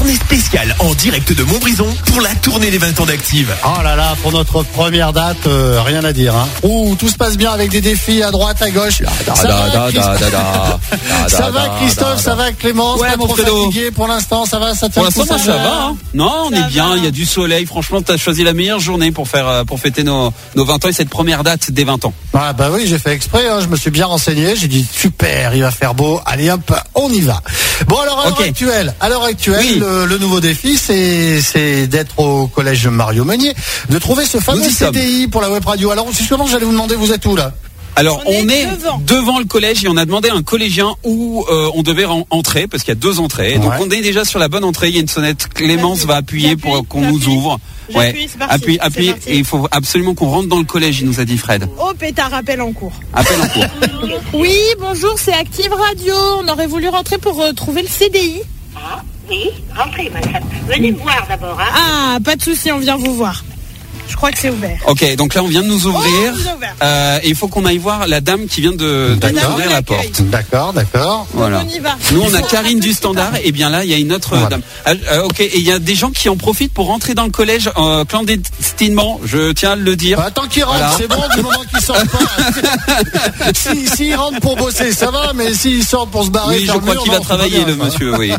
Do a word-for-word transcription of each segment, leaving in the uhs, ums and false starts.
tournée spéciale en direct de Montbrison pour la tournée des vingt ans d'Active. Oh là là, pour notre première date, euh, rien à dire. Hein. Ouh, tout se passe bien avec des défis à droite, à gauche. Da, ça, da, va, da, da, da, da. ça va, Christophe, da, ça va, Clémence. Ouais, pas trop fatigué pour l'instant, ça va, ça te Pour l'instant, ça, ça va. Hein. Non, on ça est bien. Il y a du soleil. Franchement, t'as choisi la meilleure journée pour faire, pour fêter nos, nos vingt ans et cette première date des vingt ans. Ah bah oui, j'ai fait exprès. Hein. Je me suis bien renseigné. J'ai dit super, il va faire beau. Allez hop, on y va. Bon alors à l'heure okay. actuelle, à l'heure actuelle, oui. le, le nouveau défi, c'est, c'est d'être au collège Mario Meunier, de trouver ce fameux C D I pour la web radio. Alors justement, j'allais vous demander, vous êtes où là? Alors on, on est, est devant. devant le collège et on a demandé à un collégien où euh, on devait en- entrer parce qu'il y a deux entrées. Ouais. Donc on est déjà sur la bonne entrée. Il y a une sonnette. Clémence va appuyer j'appuie, pour qu'on j'appuie. nous ouvre. Ouais. C'est parti, appuie, appuie. Et il faut absolument qu'on rentre dans le collège. Il nous a dit Fred. Oh pétard, appel en cours. Appel en cours. Oui, bonjour, c'est Active Radio. On aurait voulu rentrer pour euh, trouver le C D I. Ah oui, rentrez madame. Venez me voir d'abord. Hein. Ah, pas de souci, on vient vous voir. Je crois que c'est ouvert. Ok, donc là on vient de nous ouvrir. Oh, ouvert. Euh, et il faut qu'on aille voir la dame qui vient de, de nous ouvrir la porte. D'accord, d'accord. Voilà. On y va. Nous on a Karine du Standard et bien là il y a une autre voilà. dame. Euh, ok, et il y a des gens qui en profitent pour rentrer dans le collège euh, clandestinement. Je tiens à le dire. Bah, tant qu'ils rentrent, voilà. c'est bon. Du moment qu'ils sortent pas. S'ils si, si rentrent pour bosser, ça va. Mais s'ils sortent pour se barrer, oui, je crois mur, qu'il non, va travailler le monsieur. Oui.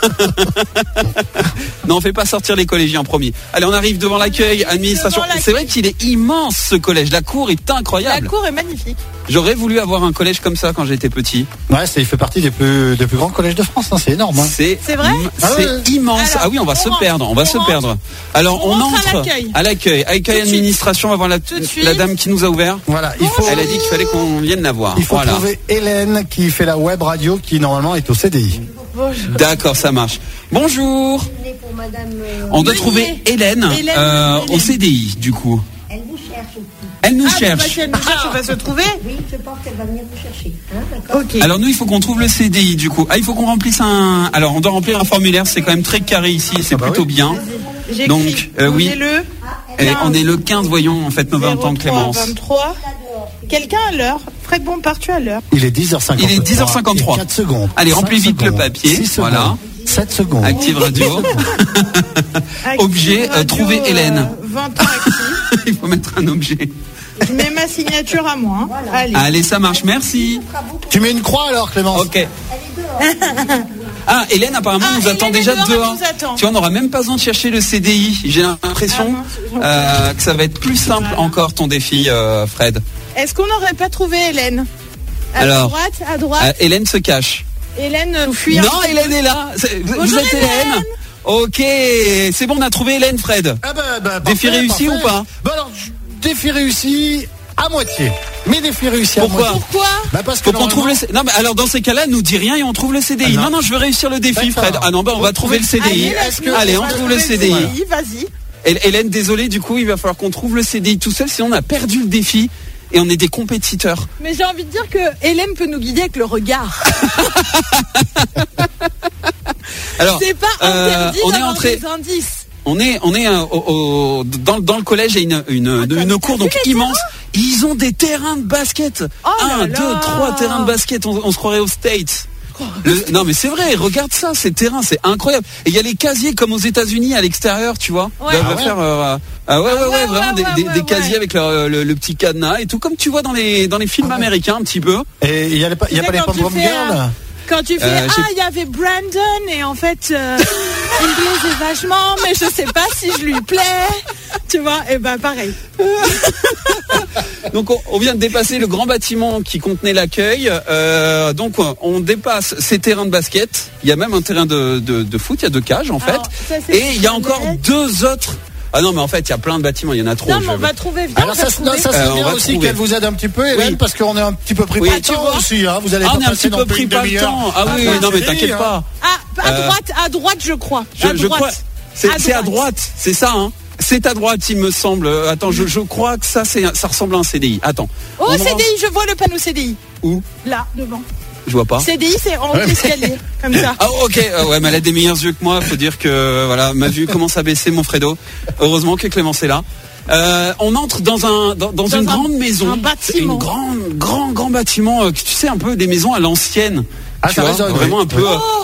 Non, on fait pas sortir les collégiens, promis. Allez, on arrive devant l'accueil, administration. Devant l'accueil. C'est vrai qu'il est immense ce collège. La cour est incroyable. La cour est magnifique. J'aurais voulu avoir un collège comme ça quand j'étais petit. Ouais, c'est, il fait partie des plus, des plus grands collèges de France. Hein, c'est énorme. Hein. C'est, c'est vrai. C'est ah ouais. immense. Alors, ah oui, on va on se rentre, perdre. On va on se rentre. perdre. Alors, on, on entre à l'accueil. À l'accueil, accueil administration. On va voir la, la dame qui nous a ouvert. Voilà. Il faut. Elle a dit qu'il fallait qu'on vienne la voir. Il faut voilà. trouver Hélène qui fait la web radio, qui normalement est au C D I. Bonjour. D'accord, ça marche. Bonjour. Pour madame, euh... On doit trouver Hélène, Hélène, euh, Hélène au C D I, du coup. Elle vous cherche aussi. Elle nous ah, cherche. Bah, si elle nous cherche, on va se trouver. Oui, je pense qu'elle va venir vous chercher. Hein, d'accord. Okay. Alors nous, il faut qu'on trouve le C D I, du coup. Ah, il faut qu'on remplisse un. Alors, on doit remplir un formulaire. C'est quand même très carré ici. C'est ah bah plutôt oui. bien. J'ai Donc, euh, on oui. Est le Et on est le quinze, voyons, en fait, nos vingt ans de Clémence. vingt-trois Quelqu'un à l'heure. Fred Bompard, tu à l'heure. Il est dix heures cinquante-trois. Il est dix heures cinquante-trois. quatre secondes. Allez, remplis vite secondes, le papier. Voilà. sept secondes. Active Radio. Objet, euh, trouver euh, Hélène. vingt ans actif. Il faut mettre un objet. Je mets ma signature à moi. Hein. Voilà. Allez. Allez, ça marche. Merci. Tu mets une croix alors, Clémence. Ok. Ah, Hélène apparemment ah, nous Hélène attend déjà dehors. Tu vois, on n'aura même pas besoin de chercher le C D I. J'ai l'impression ah, euh, que ça va être plus simple voilà. encore ton défi, euh, Fred. Est-ce qu'on n'aurait pas trouvé Hélène? À Alors, droite, à droite. Euh, Hélène se cache. Hélène nous fuit. Non, Hélène est là. C'est, vous Bonjour êtes Hélène. Hélène. Ok, c'est bon, on a trouvé Hélène, Fred. Ah bah, bah, défi parfait, réussi parfait. ou pas? Bah alors, défi réussi à moitié. Mais défi réussi à Pourquoi? moitié. Pourquoi? Bah parce que faut qu'on trouve le. Non, mais alors dans ces cas-là, nous dit rien et on trouve le C D I. Ah non. non, non, je veux réussir le défi, D'accord. Fred. Ah non, bah on va trouver le C D I. Allez, Est-ce que... Allez on trouve le C D I. Voilà. Vas-y. Hélène, désolé, du coup, il va falloir qu'on trouve le C D I tout seul, sinon on a perdu le défi. Et on est des compétiteurs. Mais j'ai envie de dire que Hélène peut nous guider avec le regard. Alors, c'est pas interdit euh, on d'avoir est entré. des indices. On est, on est euh, au, au, dans, dans le collège, il y a une, une, une, une cour donc immense. Ils ont des terrains de basket. Oh Un, deux, trois terrains de basket. On, on se croirait aux States. Le, non mais c'est vrai, regarde ça, ces terrains, c'est incroyable. Et il y a les casiers comme aux États-Unis à l'extérieur, tu vois. Ouais. On va Ah ouais. faire, euh, ah ouais, ouais, ouais, ouais, vraiment ouais, des, ouais, des, ouais, des casiers ouais. avec le, le, le petit cadenas et tout, comme tu vois dans les dans les films Ah ouais. américains un petit peu. Et il y a, les, il y a pas les pom-pom girls. Quand tu fais Euh, ah il y avait Brandon et en fait euh, il me plaisait vachement mais je sais pas si je lui plais, tu vois, et ben pareil. Donc on, on vient de dépasser le grand bâtiment qui contenait l'accueil. Euh, donc on dépasse ces terrains de basket. Il y a même un terrain de, de, de foot. Il y a deux cages en fait. Alors, ça, et il y a encore deux autres. Ah non mais en fait il y a plein de bâtiments. Il y en a trop. Non mais on je... va trouver vite. Alors ça, non, ça c'est euh, bien aussi trouver. qu'elle vous aide un petit peu, Hélène, oui. parce qu'on est un petit peu pris oui. par le temps aussi. Hein. Vous allez ah, pas on est un passer petit peu pris par le temps. Ah oui, ah, non mais c'est t'inquiète hein. pas. Ah à droite, à droite je crois. Je, à je droite. crois. C'est à c'est à droite. droite. C'est ça hein. C'est à droite, il me semble. Attends, je, je crois que ça, c'est, ça ressemble à un C D I. Attends. Oh, on C D I, je vois le panneau C D I. Où? Là, devant. Je vois pas. C D I, c'est en Ouais, escalier, comme ça. Ah ok, euh, ouais, mais elle a des meilleurs yeux que moi. Faut dire que voilà, ma vue commence à baisser, mon Fredo. Heureusement que Clémence est là. Euh, on entre dans un dans, dans, dans une un, grande maison, un bâtiment, une grande grand grand bâtiment. Euh, tu sais un peu des maisons à l'ancienne. Ah, tu t'as vois, raison, vraiment oui. un peu. Oh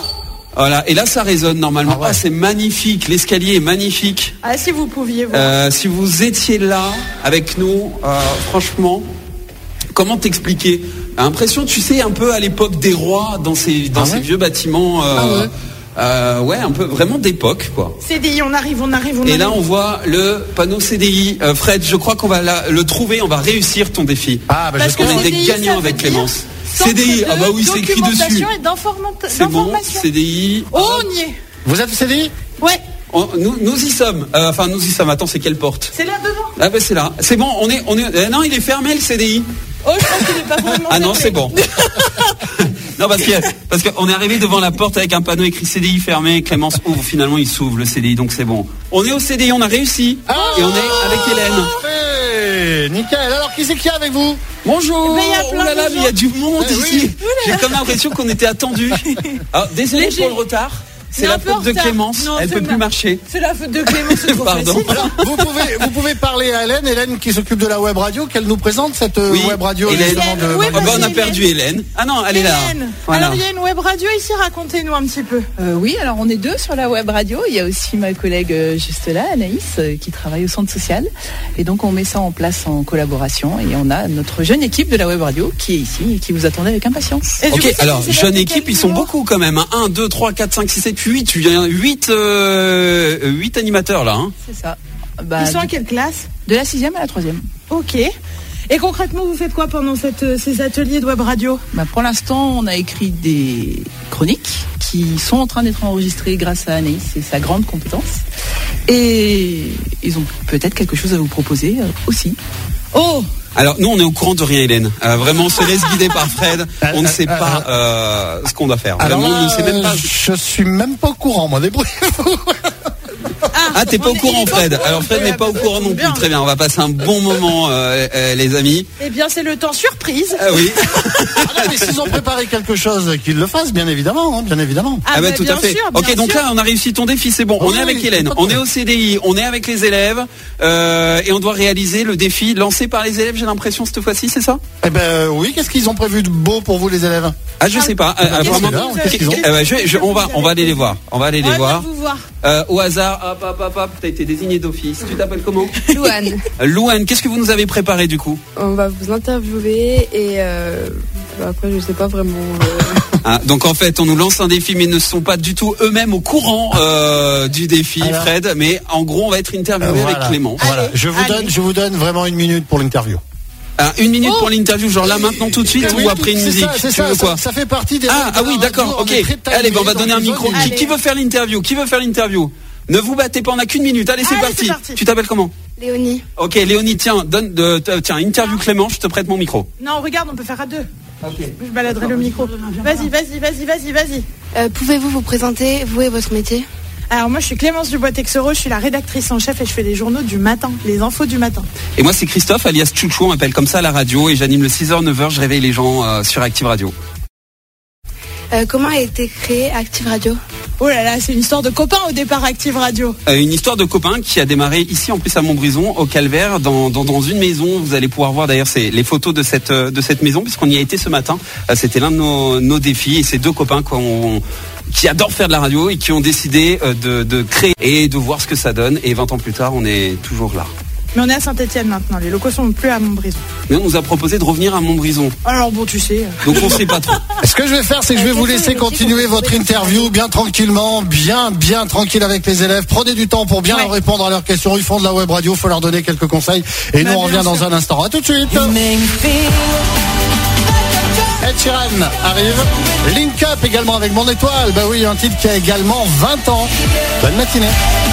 Voilà, et là ça résonne normalement. Ah ouais. Ah, c'est magnifique, l'escalier est magnifique. Ah, si vous pouviez voir. Euh, si vous étiez là avec nous, euh, franchement, comment t'expliquer? L'impression, tu sais, un peu à l'époque des rois dans ces dans Ah ces ouais vieux bâtiments. Euh, Ah ouais. euh, ouais, un peu vraiment d'époque, quoi. C D I, on arrive, on arrive, on Et arrive. là, on voit le panneau C D I. Euh, Fred, je crois qu'on va la- le trouver, on va réussir ton défi. Ah, bah, Parce j'espère. que On est C des D I, gagnants ça avec veut dire Clémence. Centre C D I, ah bah oui, de c'est écrit dessus. documentation et d'informata- C'est bon, d'information. C D I. Oh, on y est. Vous êtes au C D I? Ouais, On- nous, nous y sommes. Euh, Enfin, nous y sommes. Attends, c'est quelle porte? c'est là devant. Ah bah c'est là. C'est bon, on est, on est. euh, non, il est fermé le C D I. Oh, je pense qu'il n'est pas vraiment. Ah non, fermé. c'est bon. Non, parce que parce qu'on est arrivé devant la porte avec un panneau écrit C D I fermé. Clémence ouvre. Finalement, il s'ouvre le C D I, donc c'est bon. On est au C D I, on a réussi. Ah, Et on est avec Hélène. Parfait. Nickel. Alors, qui c'est qu'il y a avec vous? Bonjour. Eh ben, il y a Oh plein là là, de mais il y a du monde Eh ici. oui. J'ai comme l'impression qu'on était attendus. Ah, désolé Léger. pour le retard. C'est Mais la un peu faute en de retard. Clémence. Non, Elle c'est peut plus ma- marcher. C'est la faute de Clément, c'est trop Pardon. facile. Vous pouvez, vous pouvez parler à Hélène, Hélène qui s'occupe de la web radio, qu'elle nous présente cette euh, Oui, web radio Hélène. justement de. Oui, Ah bah, on a Hélène. perdu Hélène. Ah non, elle est là. Hélène. Voilà. Alors, il y a une web radio ici, racontez-nous un petit peu. Euh, oui, alors on est deux sur la web radio. Il y a aussi ma collègue euh, juste là, Anaïs, euh, qui travaille au centre social. Et donc on met ça en place en collaboration. Et on a notre jeune équipe de la web radio qui est ici et qui vous attendait avec impatience. Et du Ok, coup, c'est- alors c'est jeune passé équipe, quel ils sont niveau beaucoup quand même. un, deux, trois, quatre, cinq, six, sept, huit. Tu viens huit, huit animateurs là. Hein. C'est ça. Bah, Ils sont à du- quelle classe? de la sixième à la troisième. Ok. Et concrètement, vous faites quoi pendant cette, euh, ces ateliers de web radio? Bah, pour l'instant, on a écrit des chroniques qui sont en train d'être enregistrées grâce à Anaïs et sa grande compétence. Et ils ont peut-être quelque chose à vous proposer euh, aussi. Oh, Alors nous, on est au courant de rien, Hélène. Euh, vraiment, on se laisse guider par Fred. On ne sait pas euh, ce qu'on doit faire. Alors Vraiment, là, on ne sait même pas. je suis même pas au courant, moi, débrouillez-vous. Ah, t'es pas on au est- courant, il est pas Fred. au courant. Alors Fred n'est pas au courant non plus. Bien. Très bien, on va passer un bon moment, euh, euh, les amis. eh bien, c'est le temps surprise. Ah oui. Ah non, mais s'ils ont préparé quelque chose, qu'ils le fassent, bien évidemment, hein, bien évidemment. Ah, bah, bah, tout bien à fait. sûr, ok, bien donc sûr. là, on a réussi ton défi, c'est bon. Oui, on est avec oui, Hélène, pas de on est problème. au C D I, on est avec les élèves, euh, et on doit réaliser le défi lancé par les élèves. J'ai l'impression cette fois-ci, c'est ça? Eh ben oui, qu'est-ce qu'ils ont prévu de beau pour vous, les élèves? Ah, je sais pas. Euh, euh, qu'est-ce vraiment. qu'ils ont Qu'est-ce qu'ils ont Eh ben, je- je- on va, on va aller les voir. On va aller les Ouais, voir. viens vous voir. Euh, au hasard, hop, hop, hop, hop, t'as été désigné d'office. Tu t'appelles comment? Louane, Euh, Louane, qu'est-ce que vous nous avez préparé du coup? on va vous interviewer et euh, après je sais pas vraiment. euh, Ah, donc en fait, on nous lance un défi, mais ne sont pas du tout eux-mêmes au courant euh, du défi, Alors. Fred. Mais en gros, on va être interviewé Euh, voilà. avec Clémence. Voilà. Allez, je vous allez. donne, je vous donne vraiment une minute pour l'interview. Ah, une minute Oh. pour l'interview, genre là maintenant tout de suite Oui, ou après une c'est musique? ça, c'est Tu ça, veux ça, quoi? ça fait partie des. Ah, règles ah de la oui, radio, d'accord, on ok. est très timé, Allez, ben, on va donc donner un ils ont micro. une Qui, Allez. qui veut faire l'interview? Qui veut faire l'interview? Ne vous battez pas, on a qu'une minute. Allez, c'est Allez, parti. c'est parti. Tu t'appelles comment? Léonie, Ok, Léonie, tiens, donne, de, t- tiens, interview Clément, je te prête mon micro. Non, regarde, on peut faire à deux. Je baladerai le micro. Vas-y, vas-y, vas-y, vas-y, vas-y. euh, pouvez-vous vous présenter, vous et votre métier? Alors moi, je suis Clémence Dubois-Texero, je suis la rédactrice en chef et je fais les journaux du matin, les infos du matin. Et moi, c'est Christophe, alias Chouchou, on m'appelle comme ça à la radio, et j'anime le six heures neuf heures, je réveille les gens euh, sur Active Radio. Euh, comment a été créé Active Radio? Oh là là, c'est une histoire de copains au départ, Active Radio. Euh, une histoire de copain qui a démarré ici, en plus à Montbrison, au Calvaire, dans, dans, dans une maison. Vous allez pouvoir voir d'ailleurs c'est les photos de cette, euh, de cette maison, puisqu'on y a été ce matin. Euh, C'était l'un de nos, nos défis, et ces deux copains qu'on, qui adorent faire de la radio et qui ont décidé euh, de, de créer et de voir ce que ça donne. Et vingt ans plus tard, on est toujours là. Mais on est à Saint-Etienne maintenant, les locaux sont plus à Montbrison. Mais on nous a proposé de revenir à Montbrison, Alors bon, tu sais. donc on sait pas trop. Ce que je vais faire, c'est que je vais vous laisser continuer votre interview bien tranquillement, bien, bien tranquille avec les élèves. Prenez du temps pour bien Ouais. leur répondre à leurs questions. Ils font de la web radio, faut leur donner quelques conseils. Et Bah, nous, on bien revient dans sûr. un instant. À tout de suite. Ed Sheeran arrive. Link Up également avec Mon Étoile. Bah oui, un titre qui a également vingt ans. Bonne matinée.